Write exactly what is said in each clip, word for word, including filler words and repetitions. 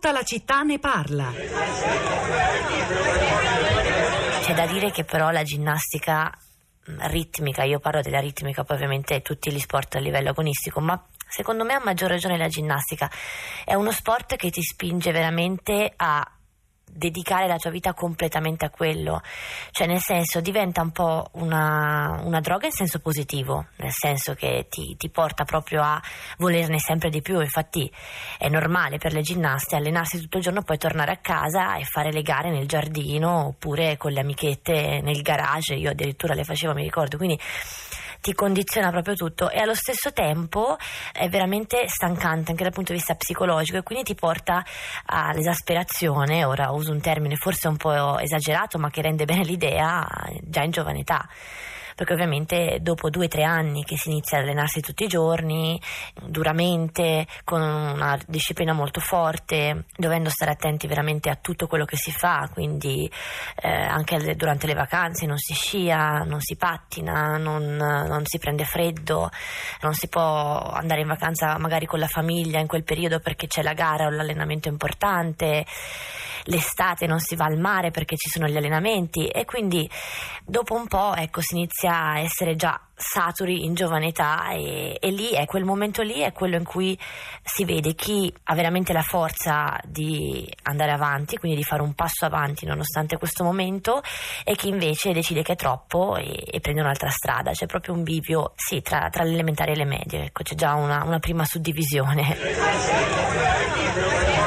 Tutta la città ne parla. C'è da dire che però la ginnastica ritmica, io parlo della ritmica, poi ovviamente tutti gli sport a livello agonistico, ma secondo me a maggior ragione la ginnastica è uno sport che ti spinge veramente a dedicare la tua vita completamente a quello, cioè nel senso diventa un po' una, una droga in senso positivo, nel senso che ti, ti porta proprio a volerne sempre di più. Infatti è normale per le ginnaste allenarsi tutto il giorno, poi tornare a casa e fare le gare nel giardino oppure con le amichette nel garage. Io addirittura le facevo, mi ricordo, quindi ti condiziona proprio tutto e allo stesso tempo è veramente stancante anche dal punto di vista psicologico, e quindi ti porta all'esasperazione. Ora uso un termine forse un po' esagerato, ma che rende bene l'idea, già in giovane età, perché ovviamente dopo due o tre anni che si inizia ad allenarsi tutti i giorni, duramente, con una disciplina molto forte, dovendo stare attenti veramente a tutto quello che si fa, quindi eh, anche durante le vacanze non si scia, non si pattina, non, non si prende freddo, non si può andare in vacanza magari con la famiglia in quel periodo perché c'è la gara o l'allenamento importante. L'estate non si va al mare perché ci sono gli allenamenti, e quindi dopo un po' ecco si inizia a essere già saturi in giovane età, e, e lì è quel momento lì è quello in cui si vede chi ha veramente la forza di andare avanti, quindi di fare un passo avanti nonostante questo momento, e chi invece decide che è troppo e, e prende un'altra strada. C'è proprio un bivio sì tra, tra le elementari e le medie, ecco, c'è già una, una prima suddivisione.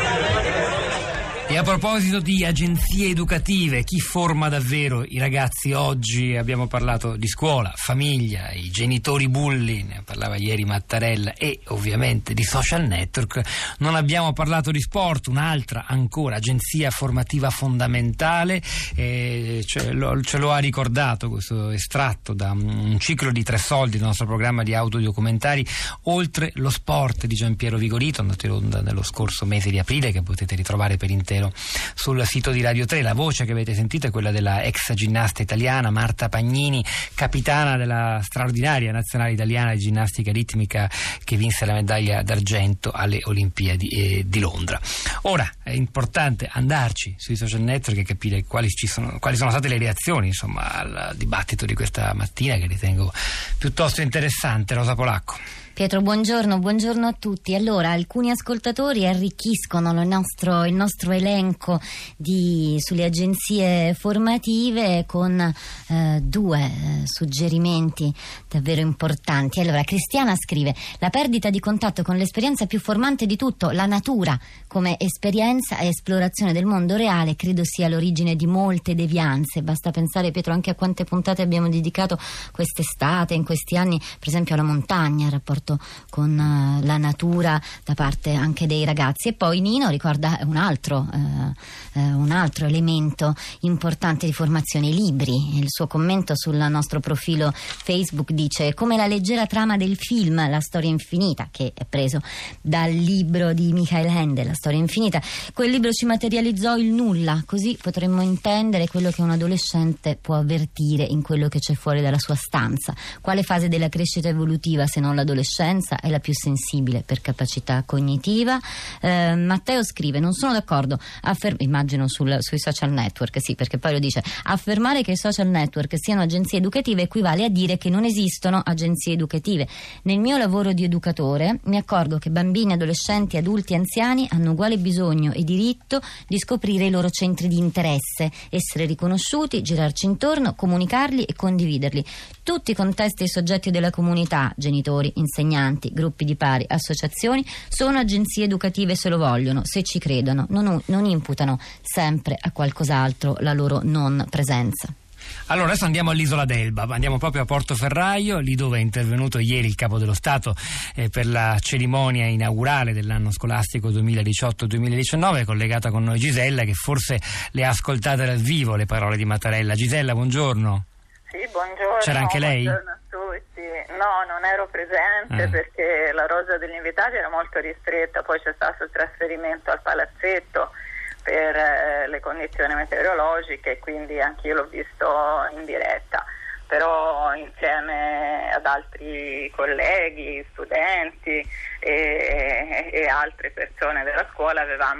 E a proposito di agenzie educative, chi forma davvero i ragazzi oggi? Abbiamo parlato di scuola, famiglia, i genitori bulli, ne parlava ieri Mattarella, e ovviamente di social network. Non abbiamo parlato di sport, un'altra ancora agenzia formativa fondamentale, eh, ce, lo, ce lo ha ricordato questo estratto da un ciclo di Tre Soldi, il nostro programma di autodocumentari Oltre lo sport di Giampiero Vigorito, andato in onda nello scorso mese di aprile, che potete ritrovare per intero sul sito di Radio tre. La voce che avete sentito è quella della ex ginnasta italiana Marta Pagnini, capitana della straordinaria nazionale italiana di ginnastica ritmica che vinse la medaglia d'argento alle Olimpiadi eh, di Londra. Ora è importante andarci sui social network e capire quali, ci sono, quali sono state le reazioni, insomma, al dibattito di questa mattina, che ritengo piuttosto interessante. Rosa Polacco. Pietro, buongiorno, buongiorno a tutti. Allora, alcuni ascoltatori arricchiscono il nostro, il nostro elenco di, sulle agenzie formative con eh, due eh, suggerimenti davvero importanti. Allora, Cristiana scrive: la perdita di contatto con l'esperienza più formante di tutto, la natura, come esperienza e esplorazione del mondo reale, credo sia l'origine di molte devianze. Basta pensare, Pietro, anche a quante puntate abbiamo dedicato quest'estate, in questi anni, per esempio alla montagna, al rapporto con uh, la natura da parte anche dei ragazzi. E poi Nino ricorda un altro uh, uh, un altro elemento importante di formazione: i libri. Il suo commento sul nostro profilo Facebook dice: come la leggera trama del film La storia infinita, che è preso dal libro di Michael Ende, La storia infinita. Quel libro ci materializzò il nulla, così potremmo intendere quello che un adolescente può avvertire in quello che c'è fuori dalla sua stanza. Quale fase della crescita evolutiva, se non l'adolescenza, è la più sensibile per capacità cognitiva? eh, Matteo scrive: non sono d'accordo, Affer- immagino sul, sui social network, sì, perché poi lo dice: affermare che i social network siano agenzie educative equivale a dire che non esistono agenzie educative. Nel mio lavoro di educatore mi accorgo che bambini, adolescenti, adulti e anziani hanno uguale bisogno e diritto di scoprire i loro centri di interesse, essere riconosciuti, girarci intorno, comunicarli e condividerli. Tutti i contesti e soggetti della comunità, genitori, insegnanti, gruppi di pari, associazioni, sono agenzie educative se lo vogliono, se ci credono, non, non imputano sempre a qualcos'altro la loro non presenza. Allora adesso andiamo all'isola d'Elba, andiamo proprio a Portoferraio, lì dove è intervenuto ieri il Capo dello Stato eh, per la cerimonia inaugurale dell'anno scolastico duemiladiciotto duemiladiciannove. È collegata con noi Gisella, che forse le ha ascoltate dal vivo le parole di Mattarella. Gisella, buongiorno. Sì, buongiorno. C'era anche lei? Buongiorno a tutti. No, non ero presente eh. perché la rosa degli invitati era molto ristretta, poi c'è stato il trasferimento al palazzetto per eh, le condizioni meteorologiche, quindi anch'io l'ho visto in diretta, però insieme ad altri colleghi, studenti e, e altre persone della scuola avevamo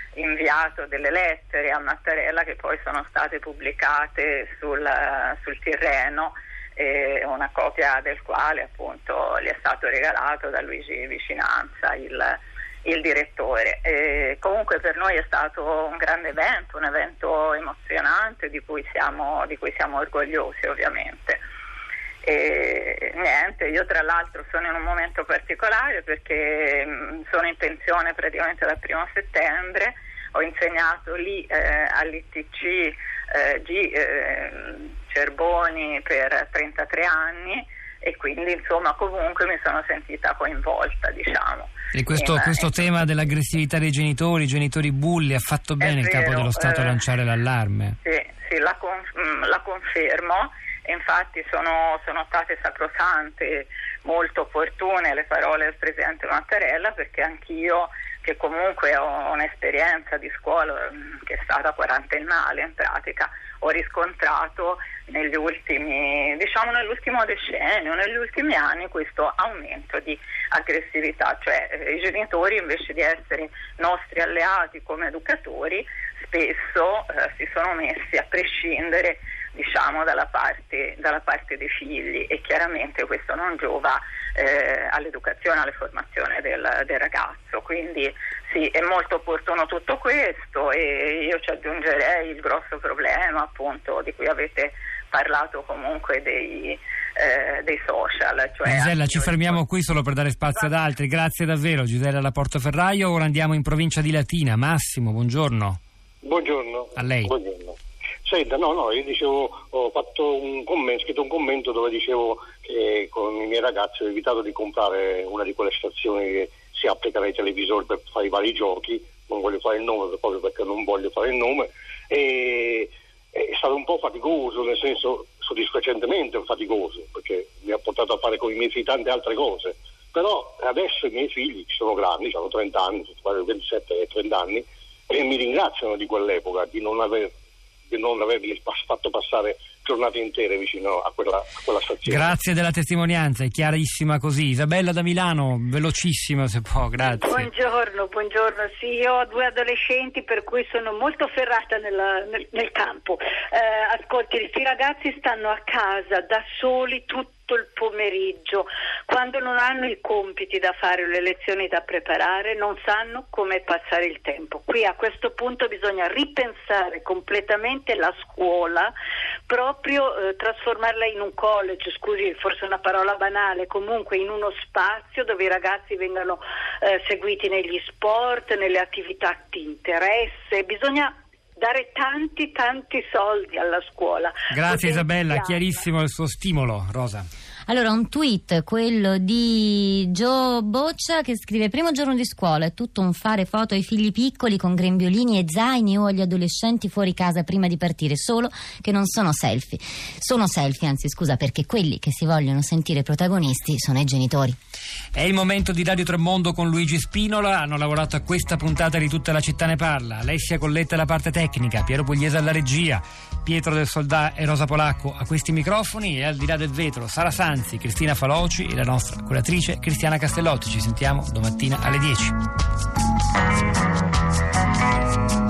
inviato delle lettere a Mattarella che poi sono state pubblicate sul, sul Tirreno, eh, una copia del quale appunto gli è stato regalato da Luigi Vicinanza, il, il direttore. E comunque per noi è stato un grande evento, un evento emozionante di cui siamo, di cui siamo orgogliosi ovviamente. E niente, io tra l'altro sono in un momento particolare perché mh, sono in pensione praticamente dal primo settembre, ho insegnato lì eh, all'I T C eh, G eh, Cerboni per trentatré anni e quindi insomma comunque mi sono sentita coinvolta, diciamo. E questo, in, questo in... tema dell'aggressività dei genitori, genitori bulli, ha fatto bene il Capo dello Stato a eh, lanciare l'allarme? Sì, sì la, conf- la confermo. Infatti sono, sono state sacrosante, molto opportune le parole del Presidente Mattarella, perché anch'io, che comunque ho un'esperienza di scuola che è stata quarantennale in pratica, ho riscontrato negli ultimi, diciamo nell'ultimo decennio, negli ultimi anni questo aumento di aggressività, cioè eh, i genitori invece di essere nostri alleati come educatori spesso eh, si sono messi a prescindere, diciamo, dalla parte, dalla parte dei figli, e chiaramente questo non giova eh, all'educazione, alla formazione del, del ragazzo. Quindi sì, è molto opportuno tutto questo, e io ci aggiungerei il grosso problema appunto di cui avete parlato comunque dei, eh, dei social. Cioè Gisella, ci fermiamo qui solo per dare spazio ad altri. Grazie davvero Gisella da Portoferraio. Ora andiamo in provincia di Latina. Massimo, buongiorno. Buongiorno. A lei. Buongiorno. Senta, no, no, io dicevo, ho fatto un commento, scritto un commento dove dicevo che con i miei ragazzi ho evitato di comprare una di quelle stazioni che si applicano ai televisori per fare i vari giochi, non voglio fare il nome proprio perché non voglio fare il nome, e è stato un po' faticoso, nel senso soddisfacentemente faticoso, perché mi ha portato a fare con i miei figli tante altre cose, però adesso i miei figli sono grandi, hanno trenta anni, ventisette e trenta anni, e mi ringraziano di quell'epoca, di non aver di non averli fatto passare giornate intere vicino a quella, a quella stazione. Grazie della testimonianza, è chiarissima così. Isabella da Milano, velocissimo se può, grazie. Buongiorno, buongiorno. Sì, io ho due adolescenti per cui sono molto ferrata nella, nel, nel campo. Eh, ascolti, i ragazzi stanno a casa da soli tutto il pomeriggio, quando non hanno i compiti da fare o le lezioni da preparare, non sanno come passare il tempo. Qui a questo punto bisogna ripensare completamente la scuola, proprio eh, trasformarla in un college, scusi, forse una parola banale, comunque in uno spazio dove i ragazzi vengano eh, seguiti negli sport, nelle attività di interesse. Bisogna dare tanti tanti soldi alla scuola. Grazie Isabella, chiarissimo il suo stimolo. Rosa. Allora, un tweet, quello di Gio Boccia, che scrive: primo giorno di scuola, è tutto un fare foto ai figli piccoli con grembiolini e zaini o agli adolescenti fuori casa prima di partire, solo che non sono selfie. Sono selfie, anzi scusa, perché quelli che si vogliono sentire protagonisti sono i genitori. È il momento di Radio Tremondo con Luigi Spinola. Hanno lavorato a questa puntata di Tutta la città ne parla. Alessia Colletta alla parte tecnica, Piero Pugliese alla regia, Pietro del Soldà e Rosa Polacco a questi microfoni, e al di là del vetro Sara Sanzi, Cristina Faloci e la nostra curatrice Cristiana Castellotti. Ci sentiamo domattina alle dieci.